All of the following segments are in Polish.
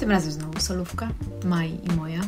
Tym razem znowu solówka. Maj i moja.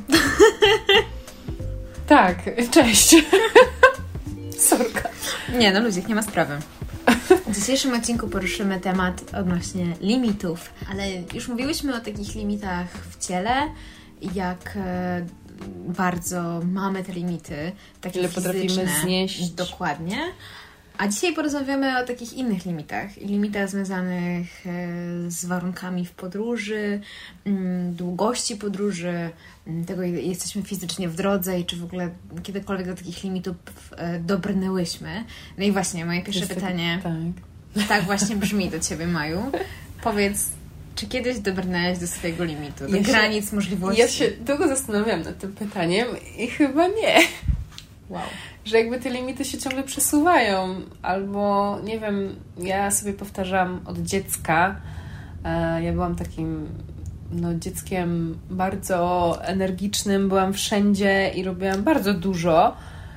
Tak, cześć. Sorka. Nie, no ludzie, nie ma sprawy. W dzisiejszym odcinku poruszymy temat odnośnie limitów, ale już mówiłyśmy o takich limitach w ciele, jak bardzo mamy te limity, takie ile fizyczne, potrafimy znieść. Dokładnie. A dzisiaj porozmawiamy o takich innych limitach. Limitach związanych z warunkami w podróży, długości podróży, tego, ile jesteśmy fizycznie w drodze i czy w ogóle kiedykolwiek do takich limitów dobrnęłyśmy. No i właśnie, moje pierwsze pytanie tak właśnie brzmi do Ciebie, Maju. Powiedz, czy kiedyś dobrnęłaś do swojego limitu, do granic możliwości? Ja się długo zastanawiałam nad tym pytaniem i chyba nie. Wow. Że jakby te limity się ciągle przesuwają, albo nie wiem, ja sobie powtarzam od dziecka, ja byłam takim dzieckiem bardzo energicznym, byłam wszędzie i robiłam bardzo dużo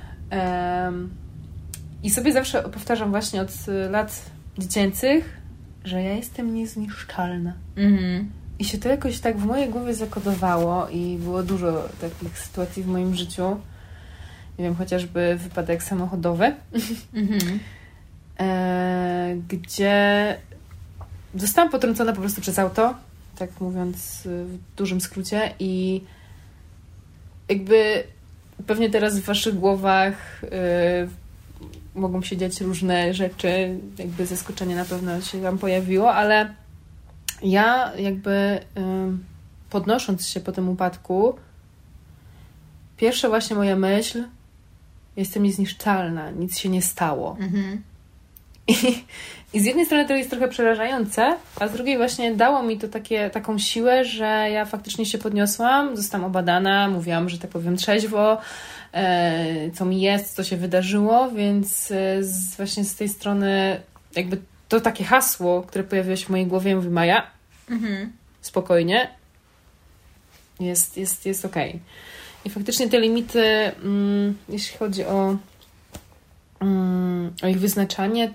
i sobie zawsze powtarzam właśnie od lat dziecięcych, że ja jestem niezniszczalna. Mhm. I się to jakoś tak w mojej głowie zakodowało i było dużo takich sytuacji w moim życiu. Nie wiem, chociażby wypadek samochodowy, gdzie zostałam potrącona po prostu przez auto, tak mówiąc w dużym skrócie, i jakby pewnie teraz w waszych głowach mogą się dziać różne rzeczy, jakby zaskoczenie na pewno się tam pojawiło, ale ja jakby podnosząc się po tym upadku, pierwsza właśnie moja myśl: jestem niezniszczalna, nic się nie stało. I z jednej strony to jest trochę przerażające, a z drugiej właśnie dało mi to taką siłę, że ja faktycznie się podniosłam, zostałam obadana, mówiłam, że tak powiem trzeźwo, co mi jest, co się wydarzyło, więc właśnie z tej strony jakby to takie hasło, które pojawiło się w mojej głowie, mówi: Maja, spokojnie, jest okej. I faktycznie te limity, jeśli chodzi o ich wyznaczanie,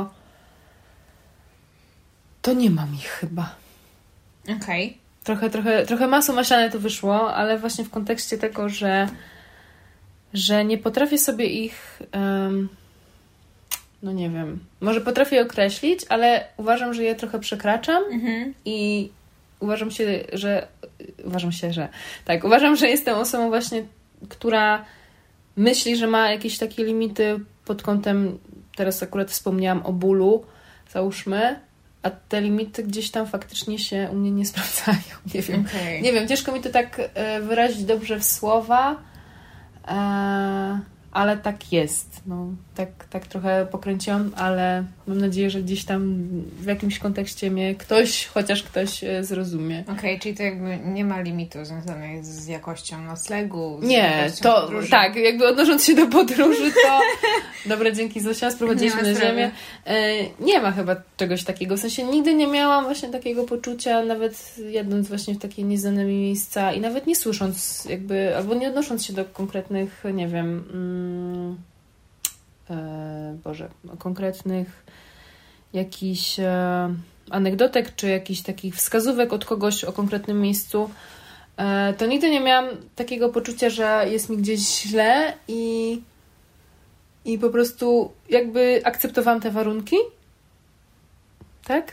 to nie mam ich chyba. Okej. Trochę masło maślane to wyszło, ale właśnie w kontekście tego, że nie potrafię sobie ich, no nie wiem, może potrafię je określić, ale uważam, że je trochę przekraczam i uważam że jestem osobą właśnie, która myśli, że ma jakieś takie limity pod kątem, teraz akurat wspomniałam o bólu, załóżmy, a te limity gdzieś tam faktycznie się u mnie nie sprawdzają. Nie wiem. Okay. Nie wiem, ciężko mi to tak wyrazić dobrze w słowa, ale tak jest. No, tak trochę pokręciłam, ale mam nadzieję, że gdzieś tam w jakimś kontekście mnie chociaż ktoś zrozumie. Okej, czyli to jakby nie ma limitu związanych z jakością noclegu? Nie, to podróży. Tak, jakby odnosząc się do podróży, to dobra, dzięki Zosia, sprowadziliśmy na ziemię. Nie ma chyba czegoś takiego, w sensie nigdy nie miałam właśnie takiego poczucia, nawet jadąc właśnie w takie nieznane miejsca i nawet nie słysząc jakby, albo nie odnosząc się do konkretnych, nie wiem, konkretnych jakichś anegdotek, czy jakichś takich wskazówek od kogoś o konkretnym miejscu, to nigdy nie miałam takiego poczucia, że jest mi gdzieś źle i po prostu jakby akceptowałam te warunki. Tak?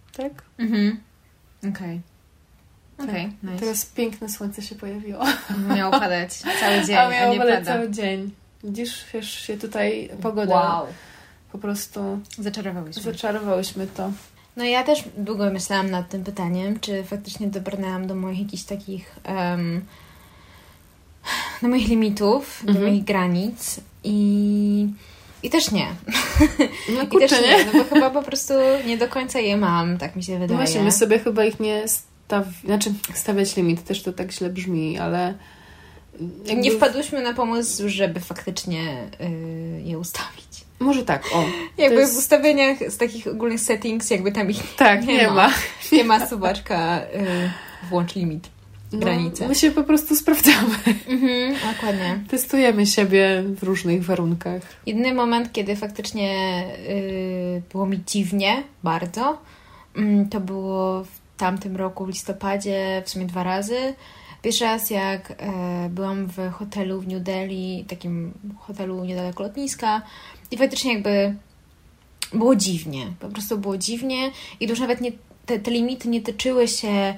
Okej, nice. Teraz piękne słońce się pojawiło. Miało padać cały dzień, a miało nie padać pada. cały dzień. Widzisz, się tutaj pogoda po prostu zaczarowałyśmy to. No ja też długo myślałam nad tym pytaniem, czy faktycznie dobrnęłam do moich jakichś takich do moich limitów, do moich granic i też nie. No kurczę, I też nie, no bo chyba po prostu nie do końca je mam, tak mi się wydaje. No właśnie, my sobie chyba ich nie stawiać limit, też to tak źle brzmi, ale jakby... Nie wpadłyśmy na pomysł, żeby faktycznie je ustawić. Może tak, Jakby w ustawieniach z takich ogólnych settings, jakby tam ich nie ma. Nie ma suwaczka włącz limit, granice. My się po prostu sprawdzamy. Dokładnie. Testujemy siebie w różnych warunkach. Jedyny moment, kiedy faktycznie było mi dziwnie bardzo, to było tamtym roku w listopadzie, w sumie 2 razy. Pierwszy raz jak byłam w hotelu w New Delhi, takim hotelu niedaleko lotniska i faktycznie jakby było dziwnie. Po prostu było dziwnie i to już nawet nie, te limity nie tyczyły się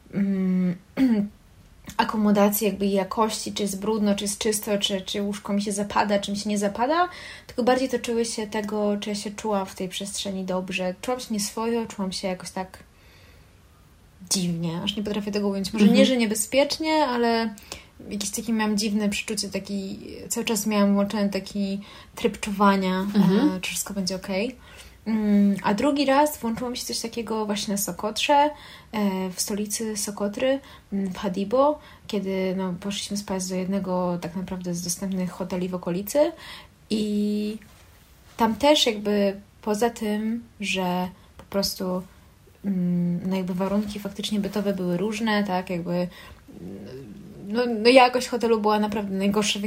akomodacji jakby jakości, czy jest brudno, czy jest czysto, czy łóżko mi się zapada, czy mi się nie zapada, tylko bardziej toczyły się tego, czy ja się czułam w tej przestrzeni dobrze. Czułam się nieswojo, czułam się jakoś tak dziwnie, aż nie potrafię tego ująć. Może nie, że niebezpiecznie, ale jakieś takie miałam dziwne przeczucie, taki, cały czas miałam włączony taki tryb czuwania, czy wszystko będzie okej. A drugi raz włączyło mi się coś takiego właśnie na Sokotrze, w stolicy Sokotry, w Hadibo, kiedy poszliśmy spać do jednego tak naprawdę z dostępnych hoteli w okolicy i tam też jakby poza tym, że po prostu jakby warunki faktycznie bytowe były różne, tak, jakby jakość hotelu była naprawdę najgorsza,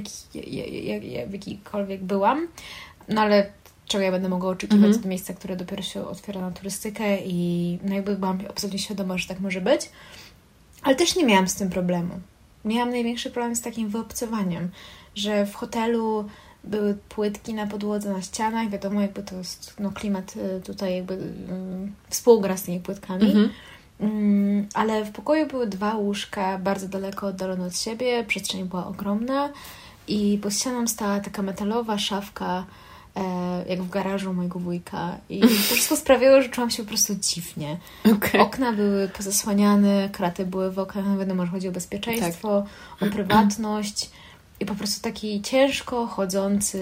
w jakikolwiek byłam, ale czego ja będę mogła oczekiwać od miejsca, które dopiero się otwiera na turystykę i jakby byłam absolutnie świadoma, że tak może być, ale też nie miałam z tym problemu. Miałam największy problem z takim wyobcowaniem, że w hotelu były płytki na podłodze, na ścianach, wiadomo, jakby to jest klimat tutaj jakby współgra z tymi płytkami, ale w pokoju były 2 łóżka bardzo daleko oddalone od siebie, przestrzeń była ogromna i pod ścianą stała taka metalowa szafka, jak w garażu mojego wujka i to wszystko sprawiało, że czułam się po prostu dziwnie. Okay. Okna były pozasłaniane, kraty były w oknach, no wiadomo, że chodzi o bezpieczeństwo, o prywatność i po prostu taki ciężko chodząca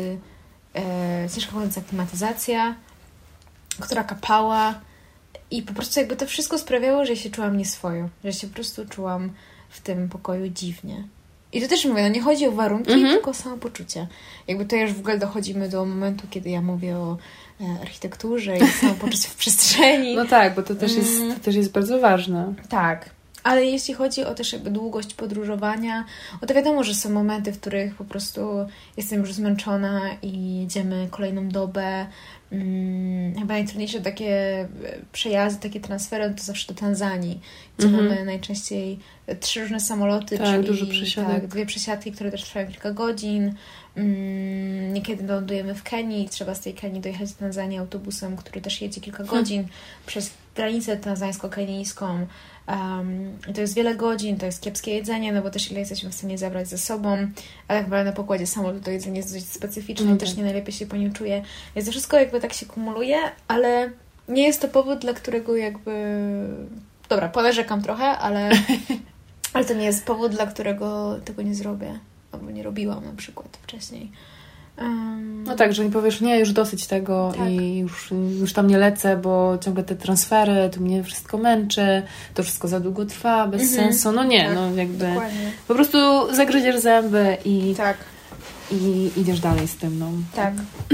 klimatyzacja, która kapała i po prostu jakby to wszystko sprawiało, że się czułam nieswojo, że się po prostu czułam w tym pokoju dziwnie. I to też mówię, nie chodzi o warunki, tylko o samopoczucie. Jakby to już w ogóle dochodzimy do momentu, kiedy ja mówię o architekturze i samopoczuciu w przestrzeni. No tak, bo to też jest bardzo ważne. Tak. Ale jeśli chodzi o też jakby długość podróżowania, to wiadomo, że są momenty, w których po prostu jestem już zmęczona i jedziemy kolejną dobę. Chyba najtrudniejsze takie przejazdy, takie transfery to zawsze do Tanzanii, gdzie mamy najczęściej 3 różne samoloty, czyli dużo przesiadek. 2 przesiadki, które też trwają kilka godzin. Niekiedy lądujemy w Kenii, trzeba z tej Kenii dojechać do Tanzanii autobusem, który też jedzie kilka godzin przez granicę tanzańsko-kenijską. I to jest wiele godzin, to jest kiepskie jedzenie, no bo też ile jesteśmy w stanie zabrać ze sobą, ale chyba na pokładzie samolotu to jedzenie jest dość specyficzne, też nie najlepiej się po nim czuję. Więc to wszystko jakby tak się kumuluje, ale nie jest to powód, dla którego jakby... Dobra, ponarzekam trochę, ale to nie jest powód, dla którego tego nie zrobię, albo nie robiłam na przykład wcześniej. No tak, że nie powiesz, nie, już dosyć tego i już tam nie lecę, bo ciągle te transfery, tu mnie wszystko męczy, to wszystko za długo trwa, bez sensu. No nie, jakby dokładnie. Po prostu zagryziesz zęby i idziesz dalej z tym. No. Tak.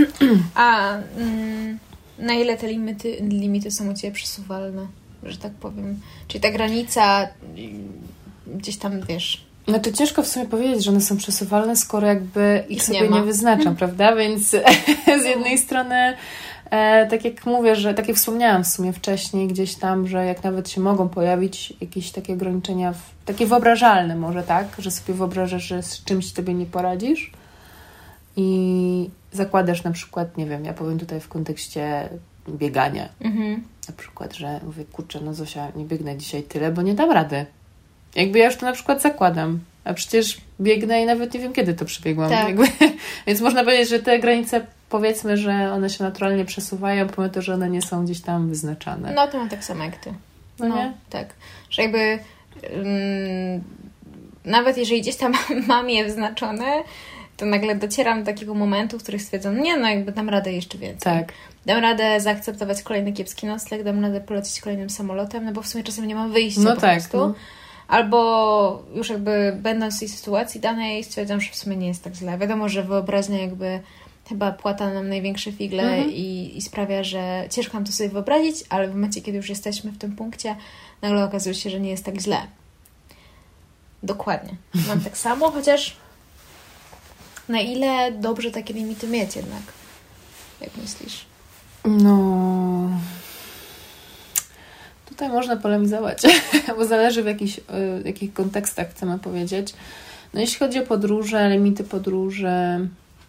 A na ile te limity są u Ciebie przesuwalne, że tak powiem? Czyli ta granica gdzieś tam, wiesz... Znaczy ciężko w sumie powiedzieć, że one są przesuwalne, skoro jakby ich sobie nie wyznaczam, prawda? Więc z jednej strony, tak jak mówię, że tak jak wspomniałam w sumie wcześniej gdzieś tam, że jak nawet się mogą pojawić jakieś takie ograniczenia, takie wyobrażalne może, tak? Że sobie wyobrażasz, że z czymś sobie nie poradzisz i zakładasz na przykład, nie wiem, ja powiem tutaj w kontekście biegania. Na przykład, że mówię, kurczę, no Zosia, nie biegnę dzisiaj tyle, bo nie dam rady. Jakby ja już to na przykład zakładam, a przecież biegnę i nawet nie wiem, kiedy to przebiegłam. Tak. Więc można powiedzieć, że te granice, powiedzmy, że one się naturalnie przesuwają, pomimo to, że one nie są gdzieś tam wyznaczane. No to mam tak samo jak Ty. No nie? Tak. Że jakby nawet jeżeli gdzieś tam mam je wyznaczone, to nagle docieram do takiego momentu, w którym stwierdzam, nie, no jakby dam radę jeszcze więcej. Tak. Dam radę zaakceptować kolejny kiepski nocleg, dam radę polecieć kolejnym samolotem, no bo w sumie czasem nie mam wyjścia po prostu. No. Albo już jakby będąc w tej sytuacji danej stwierdzam, że w sumie nie jest tak źle. Wiadomo, że wyobraźnia jakby chyba płata nam największe figle i sprawia, że ciężko nam to sobie wyobrazić, ale w momencie, kiedy już jesteśmy w tym punkcie, nagle okazuje się, że nie jest tak źle. Dokładnie. Mam tak samo, chociaż na ile dobrze takie limity mieć jednak? Jak myślisz? No... tutaj można polemizować, bo zależy w jakich kontekstach chcemy powiedzieć. No jeśli chodzi o podróże, limity podróży,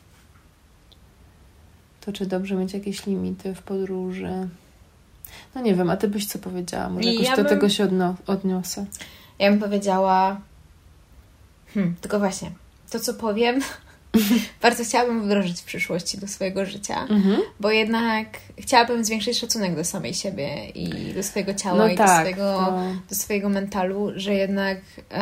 to czy dobrze mieć jakieś limity w podróży? No nie wiem, a ty byś co powiedziała? Może jakoś do tego się odniosę. Ja bym powiedziała... tylko właśnie, to co powiem, bardzo chciałabym wdrożyć w przyszłości do swojego życia, bo jednak chciałabym zwiększyć szacunek do samej siebie i do swojego ciała do swojego mentalu, że jednak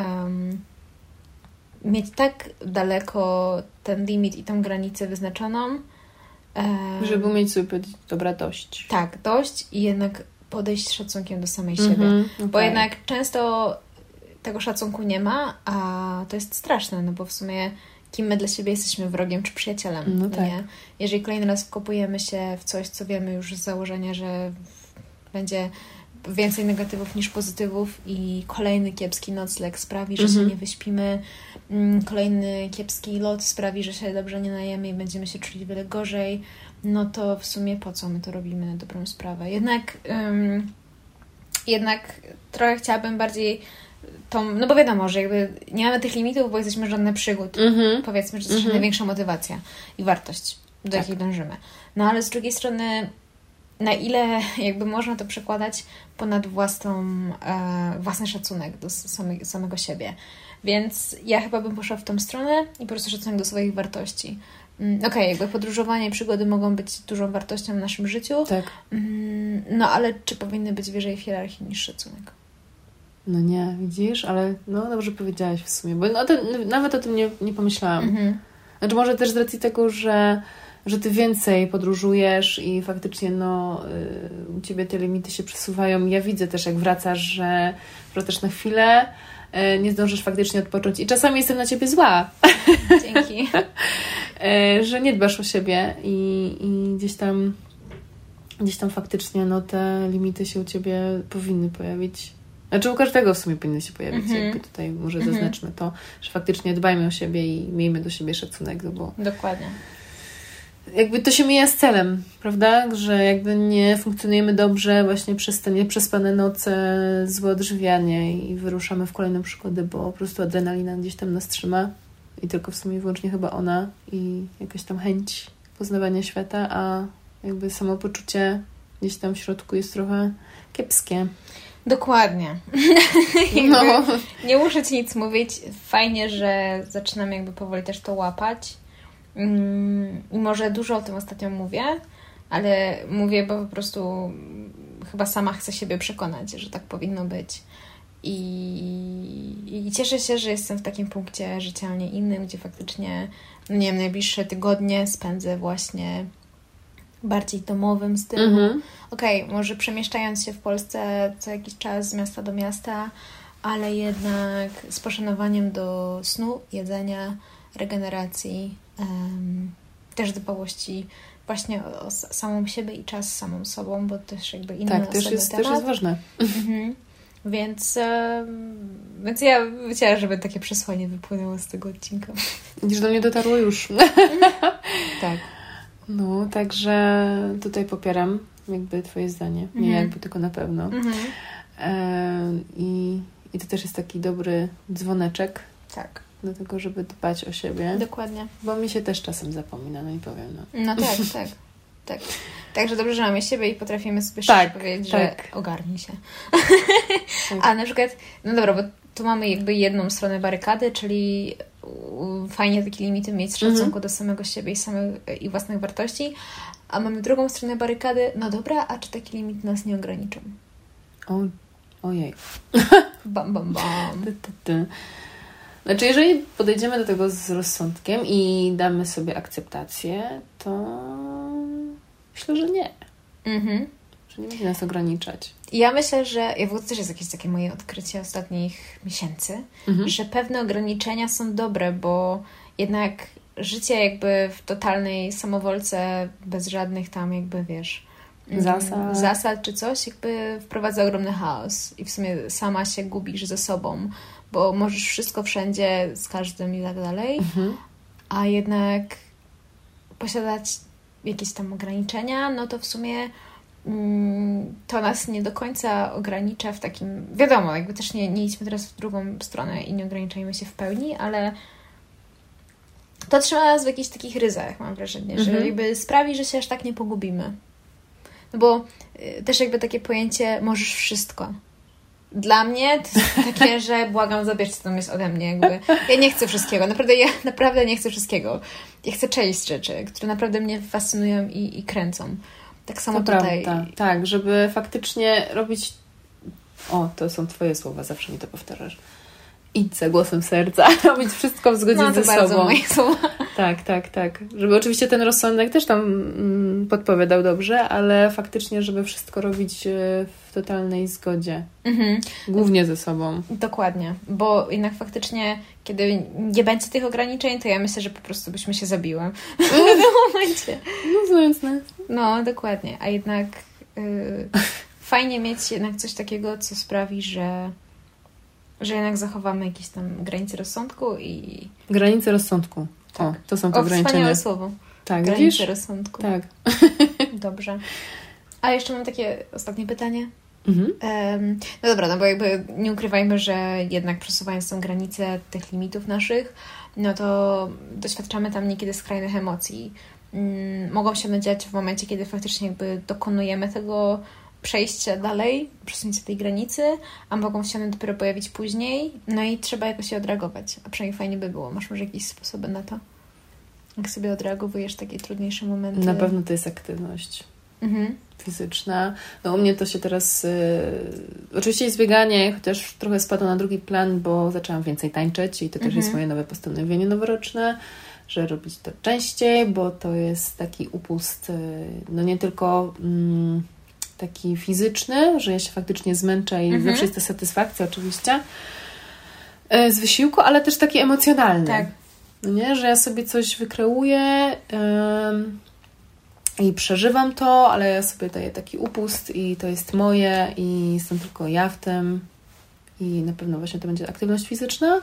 mieć tak daleko ten limit i tą granicę wyznaczoną, żeby umieć sobie powiedzieć, dobra, dość. Tak, dość i jednak podejść z szacunkiem do samej siebie. Bo jednak często tego szacunku nie ma, a to jest straszne, no bo w sumie kim my dla siebie jesteśmy, wrogiem czy przyjacielem. No tak. Nie? Jeżeli kolejny raz wkopujemy się w coś, co wiemy już z założenia, że będzie więcej negatywów niż pozytywów i kolejny kiepski nocleg sprawi, że się nie wyśpimy, kolejny kiepski lot sprawi, że się dobrze nie najemy i będziemy się czuli wiele gorzej, no to w sumie po co my to robimy na dobrą sprawę? Jednak trochę chciałabym bardziej no bo wiadomo, że jakby nie mamy tych limitów, bo jesteśmy żadne przygód. Powiedzmy, że to jest największa motywacja i wartość, do jakiej dążymy. No ale z drugiej strony, na ile jakby można to przekładać ponad własny szacunek do samego siebie. Więc ja chyba bym poszła w tą stronę i po prostu szacunek do swoich wartości. Okej, jakby podróżowanie, przygody mogą być dużą wartością w naszym życiu. Tak. No ale czy powinny być wyżej w hierarchii niż szacunek? No nie, widzisz, ale no dobrze powiedziałaś w sumie, bo nawet o tym nie pomyślałam. Znaczy może też z racji tego, że ty więcej podróżujesz i faktycznie u ciebie te limity się przesuwają. Ja widzę też, jak wracasz, że wracasz na chwilę, nie zdążysz faktycznie odpocząć i czasami jestem na ciebie zła. Dzięki. Że nie dbasz o siebie i gdzieś tam faktycznie te limity się u ciebie powinny pojawić. Znaczy u każdego w sumie powinny się pojawić. Jakby tutaj może zaznaczmy to, że faktycznie dbajmy o siebie i miejmy do siebie szacunek, bo dokładnie. Jakby to się mija z celem, prawda? Że jakby nie funkcjonujemy dobrze właśnie przez te nieprzespane noce, złe odżywianie i wyruszamy w kolejne przygody, bo po prostu adrenalina gdzieś tam nas trzyma i tylko w sumie wyłącznie chyba ona i jakaś tam chęć poznawania świata, a jakby samopoczucie gdzieś tam w środku jest trochę kiepskie. Dokładnie. Nie muszę Ci nic mówić. Fajnie, że zaczynam jakby powoli też to łapać. I może dużo o tym ostatnio mówię, ale mówię, bo po prostu chyba sama chcę siebie przekonać, że tak powinno być. I cieszę się, że jestem w takim punkcie życia, a nie innym, gdzie faktycznie, nie wiem, najbliższe tygodnie spędzę właśnie bardziej domowym stylu. Okej, może przemieszczając się w Polsce co jakiś czas z miasta do miasta, ale jednak z poszanowaniem do snu, jedzenia, regeneracji, też dbałości właśnie o samą siebie i czas z samą sobą, bo też jakby inny temat. Tak, też jest ważne. Więc ja chciałam, żeby takie przesłanie wypłynęło z tego odcinka. Widzisz, do mnie dotarło już. Tak. No, także tutaj popieram jakby Twoje zdanie. Nie jakby, tylko na pewno. I to też jest taki dobry dzwoneczek. Tak. Do tego, żeby dbać o siebie. Dokładnie. Bo mi się też czasem zapomina, no i powiem. No tak. Także dobrze, że mamy siebie i potrafimy sobie szczerze powiedzieć, że ogarnij się. A na przykład, no dobra, bo tu mamy jakby jedną stronę barykady, czyli fajnie takie limity mieć w szacunku do samego siebie i własnych wartości, a mamy drugą stronę barykady, no dobra, a czy taki limit nas nie ograniczą? Ojej. Bam, bam, bam. Znaczy, jeżeli podejdziemy do tego z rozsądkiem i damy sobie akceptację, to myślę, że nie. Że nie będzie nas ograniczać. Ja myślę, że to też jest jakieś takie moje odkrycie ostatnich miesięcy, że pewne ograniczenia są dobre, bo jednak życie jakby w totalnej samowolce, bez żadnych tam jakby, wiesz, zasad czy coś, jakby wprowadza ogromny chaos i w sumie sama się gubisz ze sobą, bo możesz wszystko wszędzie, z każdym i tak dalej, a jednak posiadać jakieś tam ograniczenia, no to w sumie to nas nie do końca ogranicza w takim... Wiadomo, jakby też nie idźmy teraz w drugą stronę i nie ograniczajmy się w pełni, ale to trzyma nas w jakichś takich ryzach, mam wrażenie, że jakby sprawi, że się aż tak nie pogubimy. No bo też jakby takie pojęcie możesz wszystko. Dla mnie to jest takie, że błagam, zabierzcie to jest ode mnie. Jakby. Ja nie chcę wszystkiego. Ja naprawdę nie chcę wszystkiego. Ja chcę część rzeczy, które naprawdę mnie fascynują i kręcą. Tak samo to tutaj. Prawda. Tak, żeby faktycznie robić... O, to są twoje słowa, zawsze mi to powtarzasz. Idź za głosem serca, robić wszystko w zgodzie ze sobą. Bardzo moje słowa. Tak. Żeby oczywiście ten rozsądek też tam podpowiadał dobrze, ale faktycznie, żeby wszystko robić w totalnej zgodzie. Głównie ze sobą. Dokładnie, bo jednak faktycznie, kiedy nie będzie tych ograniczeń, to ja myślę, że po prostu byśmy się zabiły w tym momencie. No zresztą. No, dokładnie. A jednak fajnie mieć jednak coś takiego, co sprawi, że jednak zachowamy jakieś tam granice rozsądku i... Granice rozsądku. Tak. O, to są te ograniczenia. Wspaniałe słowo. Tak, granice widzisz? rozsądku. Tak. Dobrze. A jeszcze mam takie ostatnie pytanie. No dobra, no bo jakby nie ukrywajmy, że jednak przesuwając tą granicę tych limitów naszych, no to doświadczamy tam niekiedy skrajnych emocji. Mogą się one dziać w momencie, kiedy faktycznie jakby dokonujemy tego przejścia dalej, przesunięcia tej granicy, a mogą się one dopiero pojawić później, no i trzeba jakoś się odreagować. A przynajmniej fajnie by było. Masz może jakieś sposoby na to? Jak sobie odreagowujesz takie trudniejsze momenty? Na pewno to jest aktywność fizyczna. No u mnie to się teraz... oczywiście jest bieganie, chociaż trochę spadło na drugi plan, bo zaczęłam więcej tańczyć i to też jest moje nowe postanowienie noworoczne, że robić to częściej, bo to jest taki upust, no nie tylko... taki fizyczny, że ja się faktycznie zmęczę i zawsze jest to satysfakcja oczywiście z wysiłku, ale też taki emocjonalny. Tak. No nie? Że ja sobie coś wykreuję i przeżywam to, ale ja sobie daję taki upust i to jest moje i jestem tylko ja w tym i na pewno właśnie to będzie aktywność fizyczna.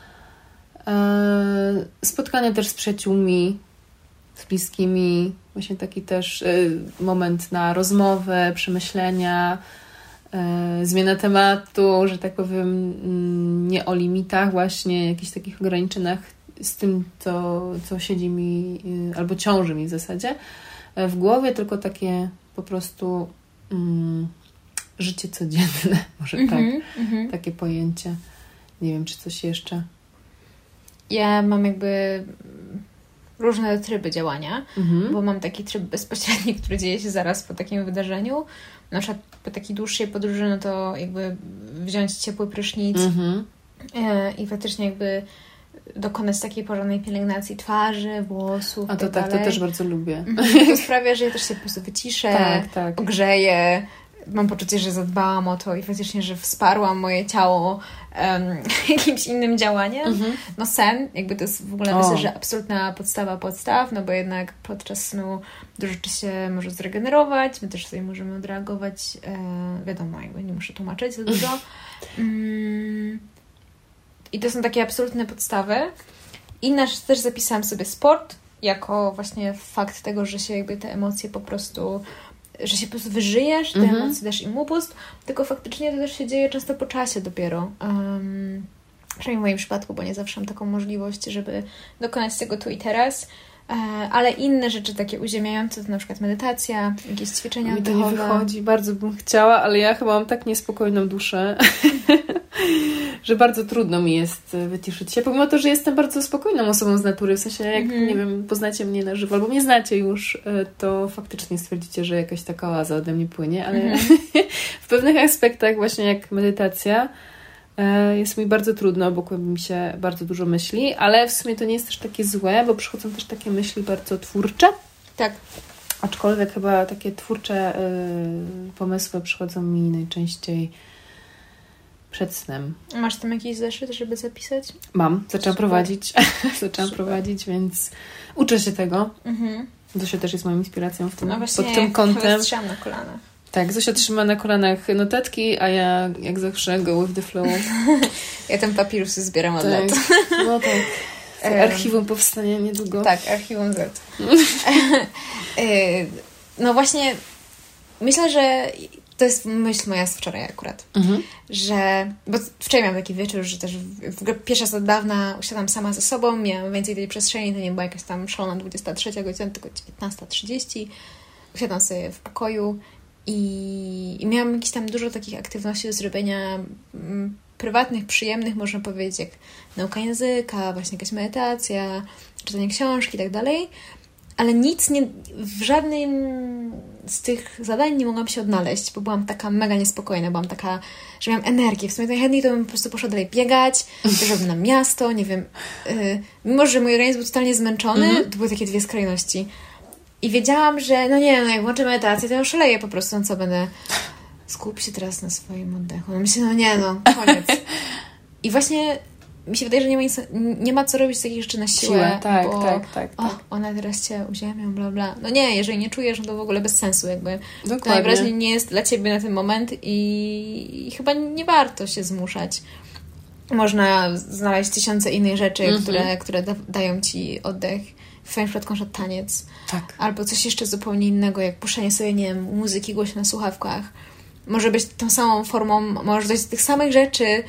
Spotkania też z przyjaciółmi, z bliskimi, właśnie taki też moment na rozmowę, przemyślenia, zmiana tematu, że tak powiem, nie o limitach właśnie, jakichś takich ograniczeniach z tym, co siedzi mi albo ciąży mi w zasadzie w głowie, tylko takie po prostu życie codzienne, może tak, takie pojęcie. Nie wiem, czy coś jeszcze. Ja mam jakby różne tryby działania, bo mam taki tryb bezpośredni, który dzieje się zaraz po takim wydarzeniu. Na przykład po takiej dłuższej podróży, no to jakby wziąć ciepły prysznic i faktycznie jakby dokonać takiej porządnej pielęgnacji twarzy, włosów. A to tak, to też bardzo lubię. To sprawia, że ja też się po prostu wyciszę, ogrzeję. Mam poczucie, że zadbałam o to i faktycznie, że wsparłam moje ciało jakimś innym działaniem. No sen, jakby to jest w ogóle myślę, że absolutna podstaw, no bo jednak podczas snu dużo rzeczy się może zregenerować, my też sobie możemy odreagować, wiadomo, jakby nie muszę tłumaczyć za dużo. I to są takie absolutne podstawy. Inna rzecz, też zapisałam sobie sport, jako właśnie fakt tego, że się jakby te emocje po prostu wyżyjesz, te emocje dasz im upust, tylko faktycznie to też się dzieje często po czasie dopiero. Przynajmniej w moim przypadku, bo nie zawsze mam taką możliwość, żeby dokonać tego tu i teraz. Ale inne rzeczy takie uziemiające, to na przykład medytacja, jakieś ćwiczenia oddechowe. Mi to nie wychodzi, bardzo bym chciała, ale ja chyba mam tak niespokojną duszę, że bardzo trudno mi jest wyciszyć się, pomimo to, że jestem bardzo spokojną osobą z natury, w sensie jak, nie wiem, poznacie mnie na żywo, albo mnie znacie już, to faktycznie stwierdzicie, że jakaś taka oaza ode mnie płynie, ale w pewnych aspektach właśnie jak medytacja jest mi bardzo trudno, bo kłębi mi się bardzo dużo myśli, ale w sumie to nie jest też takie złe, bo przychodzą też takie myśli bardzo twórcze. Tak. Aczkolwiek chyba takie twórcze pomysły przychodzą mi najczęściej przed snem. Masz tam jakiś zeszyt, żeby zapisać? Mam. Zaczęłam prowadzić, więc uczę się tego. Zosia też jest moją inspiracją w tym, no właśnie, pod tym kątem. Trzymam na kolanach. Tak, Zosia trzyma na kolanach notatki, a ja jak zawsze go with the flow. Ja tam papirusy zbieram od lat. No tak. Archiwum powstanie niedługo. Tak, archiwum Z. No właśnie myślę, że to jest myśl moja z wczoraj akurat, że, bo wczoraj miałam taki wieczór, że też w ogóle pierwsza raz od dawna usiadłam sama ze sobą, miałam więcej tej przestrzeni, to nie była jakaś tam szalona 23 godzina, tylko 19:30. Usiadłam sobie w pokoju i miałam jakieś tam dużo takich aktywności do zrobienia prywatnych, przyjemnych, można powiedzieć, jak nauka języka, właśnie jakaś medytacja, czytanie książki i tak dalej, ale w żadnym z tych zadań nie mogłam się odnaleźć, bo byłam taka mega niespokojna, byłam taka, że miałam energię. W sumie najchętniej to bym po prostu poszła dalej biegać, poszłabym na miasto, nie wiem. Mimo, że mój organizm był totalnie zmęczony, to były takie dwie skrajności. I wiedziałam, że jak włączę medytację, to ja szaleję po prostu, co będę... Skup się teraz na swoim oddechu. Myślę, koniec. I właśnie mi się wydaje, że nie ma co robić takich rzeczy na siłę. Tak. Ona teraz cię uziemią, bla, bla. Jeżeli nie czujesz, to w ogóle bez sensu. Dokładnie. To najwyraźniej nie jest dla ciebie na ten moment i chyba nie warto się zmuszać. Można znaleźć tysiące innych rzeczy, które dają ci oddech. W swoim przypadku na taniec. Tak. Albo coś jeszcze zupełnie innego, jak puszczenie sobie, nie wiem, muzyki głośno na słuchawkach. Może być tą samą formą, może dojść do tych samych rzeczy,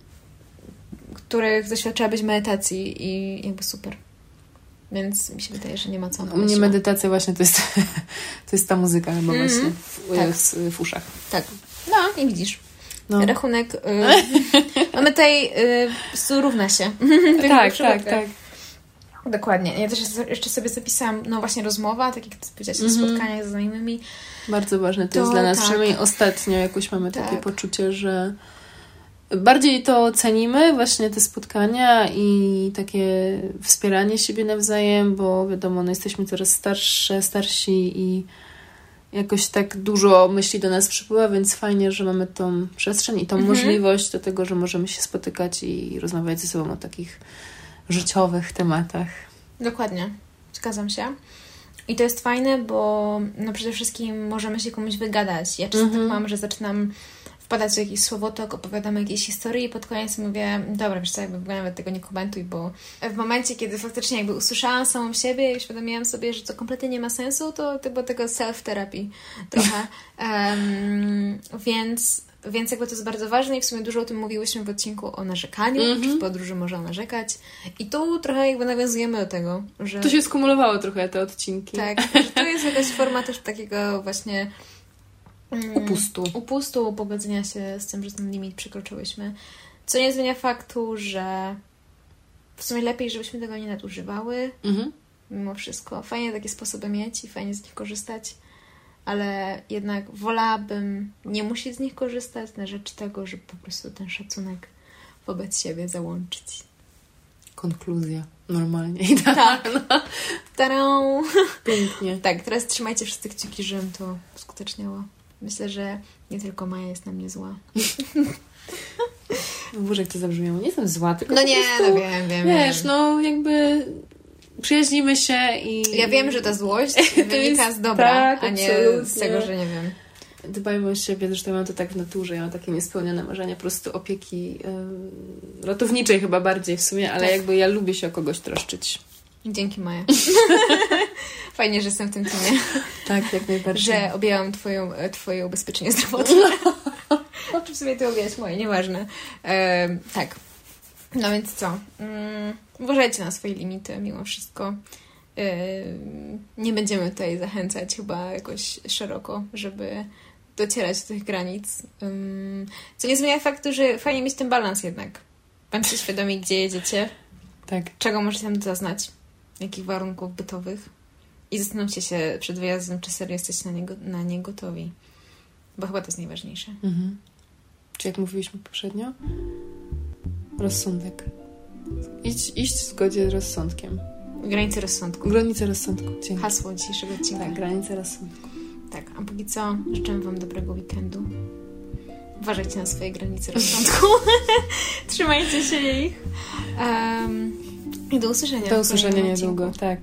których doświadczyłabyś medytacji i super. Więc mi się wydaje, że nie ma co. U mnie medytacja właśnie to jest ta muzyka chyba właśnie w uszach. Tak. I widzisz. Rachunek mamy tutaj równa się. Tak. Dokładnie. Ja też jeszcze sobie zapisałam, właśnie rozmowa, tak jak ty powiedziałaś, spotkania ze znajomymi. Bardzo ważne to jest dla nas. Przynajmniej ostatnio jakoś mamy takie poczucie, że bardziej to cenimy, właśnie te spotkania i takie wspieranie siebie nawzajem, bo wiadomo, jesteśmy coraz starsi i jakoś tak dużo myśli do nas przypływa, więc fajnie, że mamy tą przestrzeń i tą możliwość do tego, że możemy się spotykać i rozmawiać ze sobą o takich życiowych tematach. Dokładnie. Zgadzam się. I to jest fajne, bo przede wszystkim możemy się komuś wygadać. Ja czasem tak mam, że zaczynam wpadać w jakiś słowotok, opowiadam jakieś historii i pod koniec mówię, dobra, wiesz co, nawet tego nie komentuj, bo w momencie, kiedy faktycznie usłyszałam samą siebie i uświadomiłam sobie, że to kompletnie nie ma sensu, to było tego self-therapy trochę. Więc to jest bardzo ważne i w sumie dużo o tym mówiłyśmy w odcinku o narzekaniu, czy w podróży można narzekać. I tu trochę nawiązujemy do tego, że... Tu się skumulowało trochę te odcinki. Tak, że to jest jakaś forma też takiego właśnie... Upustu, pogodzenia się z tym, że ten limit przekroczyłyśmy. Co nie zmienia faktu, że w sumie lepiej, żebyśmy tego nie nadużywały. Mimo wszystko. Fajnie takie sposoby mieć i fajnie z nich korzystać. Ale jednak wolałabym nie musieć z nich korzystać na rzecz tego, żeby po prostu ten szacunek wobec siebie załączyć. Konkluzja. Normalnie. Tak. Tadam! Pięknie. Tak, teraz trzymajcie wszyscy kciuki, żebym to uskuteczniało. Myślę, że nie tylko Maja jest na mnie zła. Boże, jak to zabrzmiało. Nie jestem zła, tylko wiem. Wiesz, jakby... Przyjaźnimy się i... Ja wiem, że ta złość wynika z dobra, a nie z tego, że nie wiem. Dbajmy o siebie, zresztą ja mam to tak w naturze, ja mam takie niespełnione marzenia, po prostu opieki ratowniczej chyba bardziej w sumie, ale jakby ja lubię się o kogoś troszczyć. Dzięki, Maja. Fajnie, że jestem w tym teamie. Tak, jak najbardziej. Że objęłam twoje ubezpieczenie zdrowotne. Czy w sumie ty objęłaś moje, nieważne. Tak. No więc co? Uważajcie na swoje limity mimo wszystko. Nie będziemy tutaj zachęcać chyba jakoś szeroko, żeby docierać do tych granic. Co nie zmienia faktu, że fajnie mieć ten balans jednak. Bądźcie świadomi, gdzie jedziecie. Tak. Czego możecie tam zaznać. Jakich warunków bytowych. I zastanówcie się przed wyjazdem, czy serio jesteście na nie gotowi. Bo chyba to jest najważniejsze. Czy jak mówiliśmy poprzednio? Rozsądek. Iść w zgodzie z rozsądkiem. Granice rozsądku. Granice rozsądku. Dzięki. Hasło dzisiejszego odcinka. Tak, granice rozsądku. Tak, a póki co życzę Wam dobrego weekendu. Uważajcie na swoje granice rozsądku. Trzymajcie się ich. I do usłyszenia. Do usłyszenia niedługo, tak.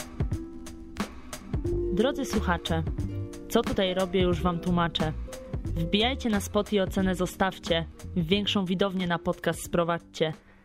Drodzy słuchacze, co tutaj robię, już Wam tłumaczę. Wbijajcie na Spot i ocenę zostawcie. Większą widownię na podcast sprowadźcie.